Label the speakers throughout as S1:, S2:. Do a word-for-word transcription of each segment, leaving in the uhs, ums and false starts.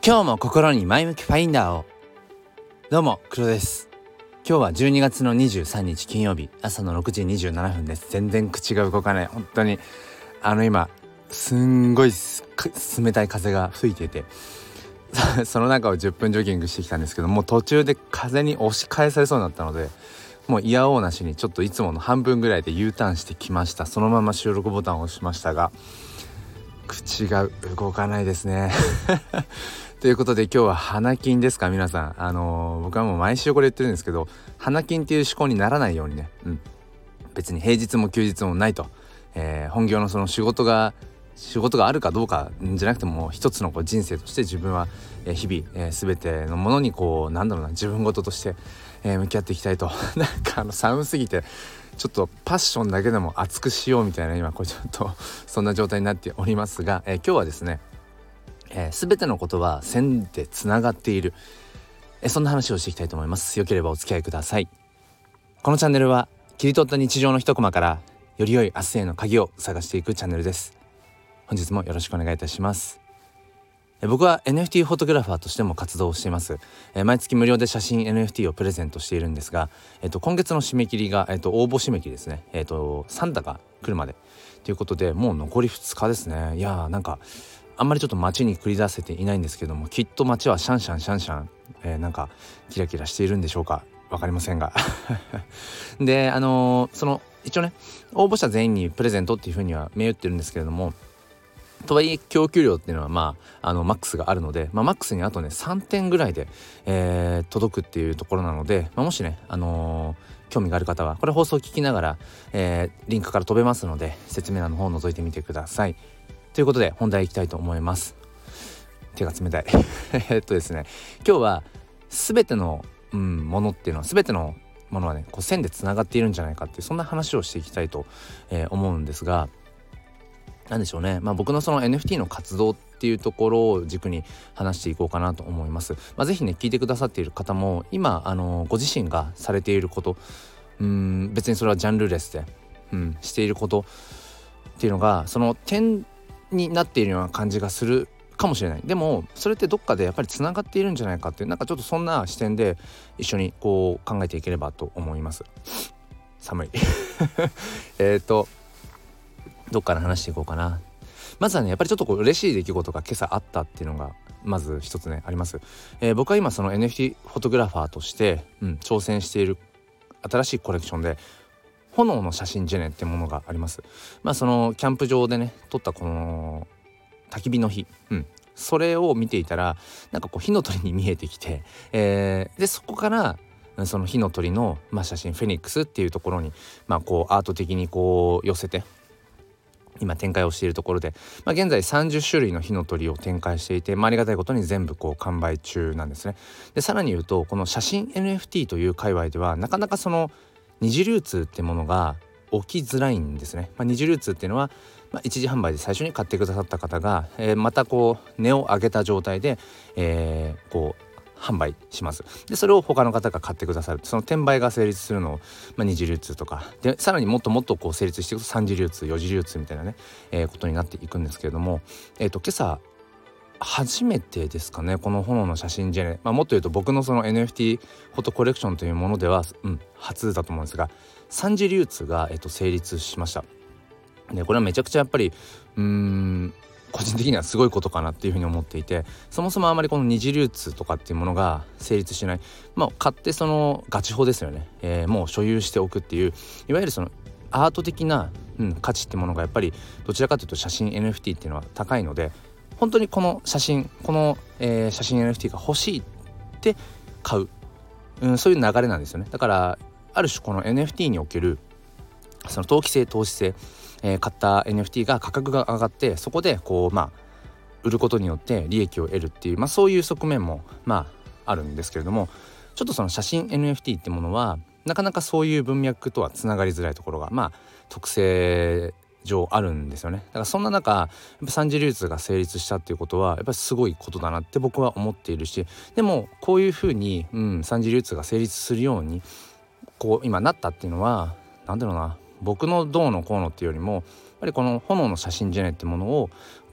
S1: 今日も心に前向きファインダーを。どうも黒です。今日はじゅうにがつのにじゅうさんにち金曜日、朝のろくじにじゅうななふんです。全然口が動かない。本当にあの今すんごい冷たい風が吹いていてその中をじゅっぷんジョギングしてきたんですけども、途中で風に押し返されそうになったので、もういやおうなしにちょっといつもの半分ぐらいで U ターンしてきました。そのまま収録ボタンを押しましたが、口が動かないですねということで今日は花金ですか皆さん。あのー、僕はもう毎週これ言ってるんですけど、花金っていう思考にならないようにね、うん、別に平日も休日もないと、えー、本業のその仕事が仕事があるかどうかじゃなくても、一つのこう人生として自分は日々、えー、全てのものにこうなんだろうな自分事として、えー、向き合っていきたいとなんかあの寒すぎてちょっとパッションだけでも熱くしようみたいな、今これちょっとそんな状態になっておりますが、えー、今日はですね、えー、全てのことは線でつながっている、えー、そんな話をしていきたいと思います。よければお付き合いください。このチャンネルは切り取った日常の一コマからより良い明日への鍵を探していくチャンネルです。本日もよろしくお願いいたします。僕は エヌエフティー フォトグラファーとしても活動をしています。毎月無料で写真 エヌエフティー をプレゼントしているんですが、えっと、今月の締め切りが、えっと、応募締め切りですね、えっと、サンタが来るまでということで、もう残りふつかですね。いやーなんかあんまりちょっと街に繰り出せていないんですけども、きっと街はシャンシャンシャンシャン、えー、なんかキラキラしているんでしょうか、わかりませんがであのー、その一応ね応募者全員にプレゼントっていうふうには銘打ってるんですけれども、とはいえ供給量っていうのはまああのマックスがあるので、まあ、マックスにあとねさんてんぐらいで、えー、届くっていうところなので、まあ、もしね、あのー、興味がある方はこれ放送を聞きながら、えー、リンクから飛べますので、説明欄の方を覗いてみてください。ということで本題いきたいと思います。手が冷たいえっとですね今日は全ての、うん、ものっていうのは全てのものはねこう線でつながっているんじゃないかっていう、そんな話をしていきたいと、えー、思うんですが、なんでしょうね、まあ、僕のその エヌエフティー の活動っていうところを軸に話していこうかなと思います。まあ、ぜひね聞いてくださっている方も今あのご自身がされていること、うーん別にそれはジャンルレスで、うん、していることっていうのがその点になっているような感じがするかもしれない。でもそれってどっかでやっぱりつながっているんじゃないかっていう、なんかちょっとそんな視点で一緒にこう考えていければと思います。寒いえっとどっから話していこうかな。まずはねやっぱりちょっとこう嬉しい出来事が今朝あったっていうのがまず一つねあります。えー、僕は今その エヌエフティー フォトグラファーとして、うん、挑戦している新しいコレクションで炎の写真ジェネってものがあります。まあそのキャンプ場でね撮ったこの焚き火の火、うん、それを見ていたらなんかこう火の鳥に見えてきて、えー、でそこからその火の鳥の、まあ、写真フェニックスっていうところに、まあ、こうアート的にこう寄せて今展開をしているところで、まあ、現在さんじゅっしゅるいの火の鳥を展開していて、まあ、ありがたいことに全部こう完売中なんですね。でさらに言うとこの写真 エヌエフティー という界隈ではなかなかその二次流通ってものが起きづらいんですね。まあ、二次流通っていうのは、まあ、一次販売で最初に買ってくださった方が、えー、またこう値を上げた状態で、えー、こう販売します。でそれを他の方が買ってくださる、その転売が成立するのを、まあ、二次流通とかで、さらにもっともっとこう成立していくと三次流通四次流通みたいなね、えー、ことになっていくんですけれども、えー、と今朝初めてですかねこの炎の写真ジェネ、まあ、もっと言うと僕のその エヌエフティー フォトコレクションというものでは、うん、初だと思うんですが三次流通が、えー、と成立しました。でこれはめちゃくちゃやっぱりうーん個人的にはすごいことかなっていうふうに思っていて、そもそもあまりこの二次流通とかっていうものが成立しない、まあ買ってそのガチ法ですよね、えー、もう所有しておくっていういわゆるそのアート的な、うん、価値ってものがやっぱりどちらかというと写真 エヌエフティー っていうのは高いので、本当にこの写真この、えー、写真 エヌエフティー が欲しいって買う、うん、そういう流れなんですよね。だからある種この エヌエフティー におけるその投機性投資性、えー、買った エヌエフティー が価格が上がってそこでこうまあ売ることによって利益を得るっていう、まあ、そういう側面もまああるんですけれども、ちょっとその写真 エヌエフティー ってものはなかなかそういう文脈とはつながりづらいところがまあ特性上あるんですよね。だからそんな中やっぱ三次流通が成立したっていうことはやっぱりすごいことだなって僕は思っているし、でもこういうふうに、うん、三次流通が成立するようにこう今なったっていうのはなんだろうな、僕のどうのこうのっていうよりもやっぱりこの炎の写真ジェネってものを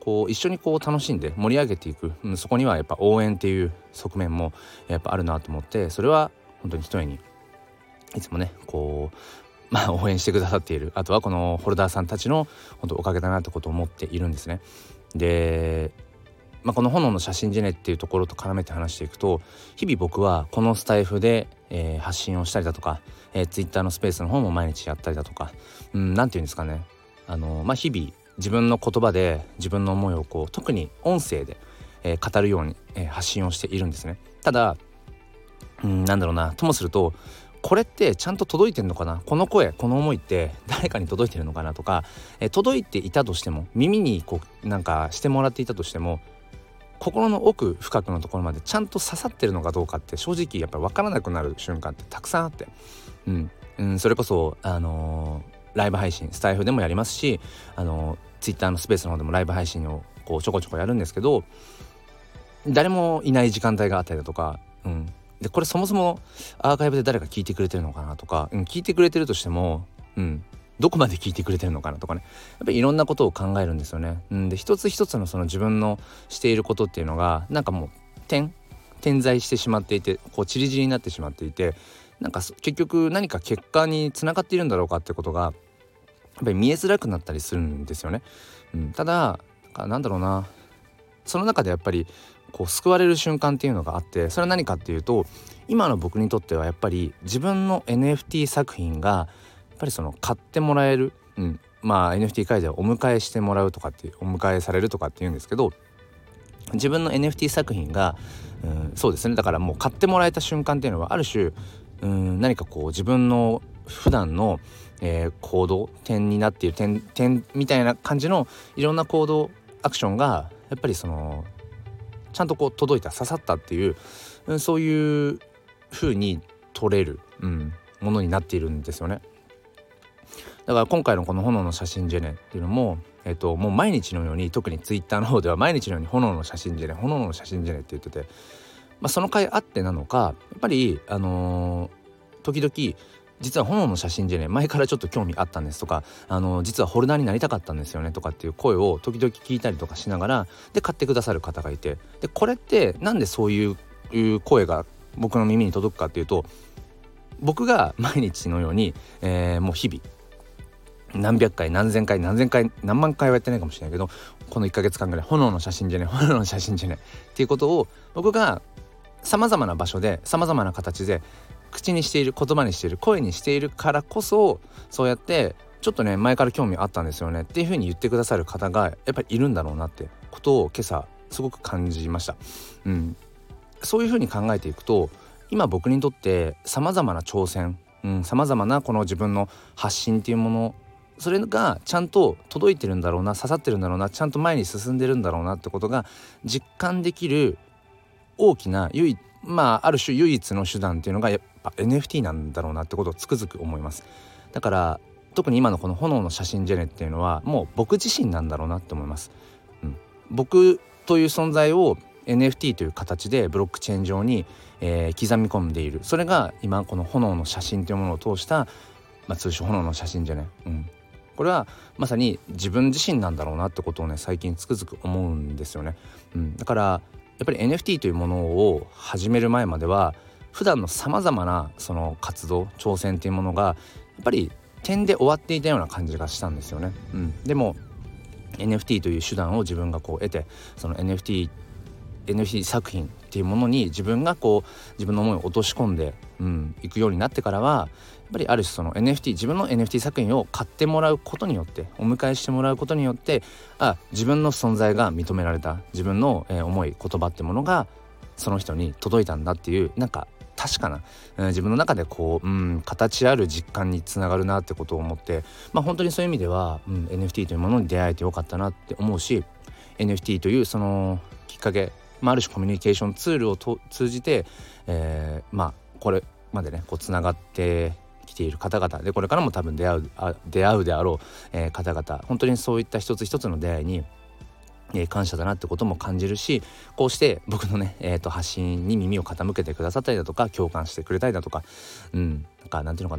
S1: こう一緒にこう楽しんで盛り上げていく、うん、そこにはやっぱ応援っていう側面もやっぱあるなと思って、それは本当に一重にいつもねこうまあ応援してくださっている、あとはこのホルダーさんたちの本当おかげだなってことを思っているんですね。で、まあ、この炎の写真ジェネっていうところと絡めて話していくと、日々僕はこのスタイフで、えー、発信をしたりだとか、えー、ツイッターのスペースの方も毎日やったりだとか、うん、なんていうんですかね、あのまあ日々自分の言葉で自分の思いをこう特に音声で、えー、語るように、えー、発信をしているんですね。ただ、うん、なんだろうなともすると、これってちゃんと届いてんのかな、この声この思いって誰かに届いてるのかなとか、え届いていたとしても、耳にこうなんかしてもらっていたとしても、心の奥深くのところまでちゃんと刺さってるのかどうかって正直やっぱり分からなくなる瞬間ってたくさんあって、うんうん、それこそあのー、ライブ配信スタイフでもやりますし、あのー、ツイッターのスペースの方でもライブ配信をこうちょこちょこやるんですけど、誰もいない時間帯があったりだとか、うんでこれそもそもアーカイブで誰か聞いてくれてるのかなとか、うん、聞いてくれてるとしても、うん、どこまで聞いてくれてるのかなとかね、やっぱりいろんなことを考えるんですよね。うん、で一つ一つのその自分のしていることっていうのがなんかもう点点在してしまっていて、こうチリチリになってしまっていて、なんか結局何か結果につながっているんだろうかってことがやっぱり見えづらくなったりするんですよね。うん、ただなんだろうな、その中でやっぱりこう救われる瞬間っていうのがあって、それは何かっていうと、今の僕にとってはやっぱり自分の エヌエフティー 作品がやっぱりその買ってもらえる、うん、まあ エヌエフティー 会ではお迎えしてもらうとかっていうお迎えされるとかっていうんですけど、自分の エヌエフティー 作品が、うん、そうですね、だからもう買ってもらえた瞬間っていうのはある種、うん、何かこう自分の普段の、えー、行動点になっている点点みたいな感じのいろんな行動アクションがやっぱりそのちゃんとこう届いた刺さったっていう、うん、そういう風に取れる、うん、ものになっているんですよね。だから今回のこの炎の写真ジェネっていうのも、えっと、もう毎日のように、特にツイッターの方では毎日のように炎の写真ジェネ炎の写真ジェネって言ってて、まあ、その回あってなのかやっぱりあのー、時々実は炎の写真ジェネ前からちょっと興味あったんですとか、あのー、実はホルダーになりたかったんですよねとかっていう声を時々聞いたりとかしながら、で買ってくださる方がいて、でこれってなんでそういう声が僕の耳に届くかっていうと、僕が毎日のように、えー、もう日々何百回何千回何千回何万回はやってないかもしれないけど、このいっかげつかんぐらい炎の写真じゃね炎の写真じゃねっていうことを僕がさまざまな場所でさまざまな形で口にしている、言葉にしている、声にしているからこそ、そうやってちょっとね前から興味あったんですよねっていう風に言ってくださる方がやっぱりいるんだろうなってことを今朝すごく感じました。うん、そういう風に考えていくと、今僕にとってさまざまな挑戦、さまざまなこの自分の発信っていうもの、それがちゃんと届いてるんだろうな、刺さってるんだろうな、ちゃんと前に進んでるんだろうなってことが実感できる大きな唯一、まあある種唯一の手段っていうのがやっぱ エヌエフティー なんだろうなってことをつくづく思います。だから特に今のこの炎の写真ジェネっていうのはもう僕自身なんだろうなって思います。うん、僕という存在を エヌエフティー という形でブロックチェーン上に、えー、刻み込んでいる。それが今この炎の写真というものを通した、まあ、通称炎の写真ジェネ、うん、これはまさに自分自身なんだろうなってことをね最近つくづく思うんですよね。うん、だからやっぱり エヌエフティー というものを始める前までは普段のさまざまなその活動挑戦というものがやっぱり点で終わっていたような感じがしたんですよね。うん、でも エヌエフティー という手段を自分がこう得て、その エヌエフティーエヌエフティー 作品っていうものに自分がこう自分の思いを落とし込んで、うん、いくようになってからはやっぱりある種その エヌエフティー 自分の エヌエフティー 作品を買ってもらうことによって、お迎えしてもらうことによって、あ自分の存在が認められた、自分の、えー、思い言葉ってものがその人に届いたんだっていう、なんか確かな、えー、自分の中でこう、うん、形ある実感につながるなってことを思って、まあ本当にそういう意味では、うん、エヌエフティー というものに出会えてよかったなって思うし、 エヌエフティー というそのきっかけ、まあ、ある種コミュニケーションツールをと通じて、えー、まあこれまでねこうつながってきている方々で、これからも多分出会うあ出会うであろう、えー、方々、本当にそういった一つ一つの出会いに、えー、感謝だなってことも感じるし、こうして僕のね、えー、と発信に耳を傾けてくださったりだとか、共感してくれたりだとか、うんなんかなんていうのかな、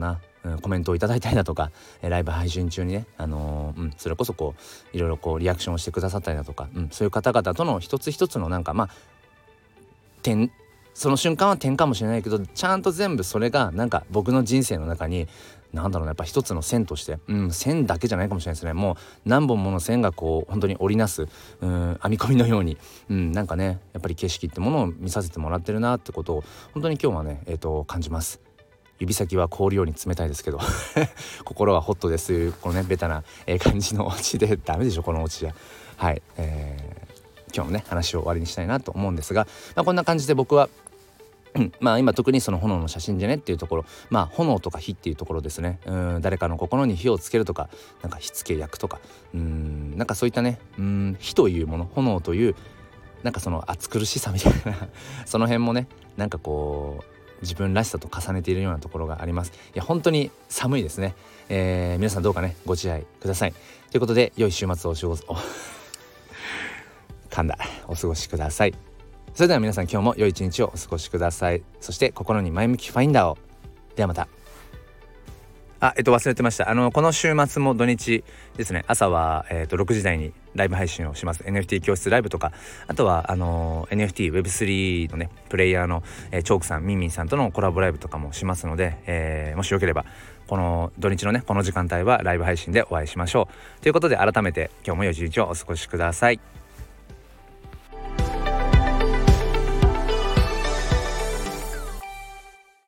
S1: うん、コメントをいただいたりだとか、えー、ライブ配信中にね、あのーうん、それこそこういろいろこうリアクションをしてくださったりだとか、うん、そういう方々との一つ一つのなんかまあ点その瞬間は点かもしれないけど、ちゃんと全部それがなんか僕の人生の中になんだろうな、やっぱ一つの線として、うん、線だけじゃないかもしれないですね。もう何本もの線がこう本当に織りなす、うん、編み込みのように、うん、なんかねやっぱり景色ってものを見させてもらってるなってことを本当に今日はね、えーと、感じます。指先は凍るように冷たいですけど心はホットですというこのねベタな、えー、感じのオチでダメでしょこのオチじゃ。はい、えー、今日のね話を終わりにしたいなと思うんですが、まあ、こんな感じで僕はまあ今特にその炎の写真でねっていうところ、まあ炎とか火っていうところですね。うん誰かの心に火をつけるとか、なんか火付け焼くとか、うんなんかそういったね、うん火というもの、炎というなんかその暑苦しさみたいなその辺もねなんかこう自分らしさと重ねているようなところがあります。いや本当に寒いですね。えー、皆さんどうかねご自愛くださいということで、良い週末をお過ごしお噛んだお過ごしください。それでは皆さん今日も良い一日をお過ごしください。そして心に前向きファインダーを。ではまた。あ、えっと忘れてました。あのこの週末も土日ですね。朝は、えー、とろくじ台にライブ配信をします。エヌエフティー 教室ライブとか、あとはあの エヌエフティー ウェブスリー のねプレイヤーの、えー、チョークさん、ミンミンさんとのコラボライブとかもしますので、えー、もしよければこの土日のねこの時間帯はライブ配信でお会いしましょう。ということで改めて今日も良い一日をお過ごしください。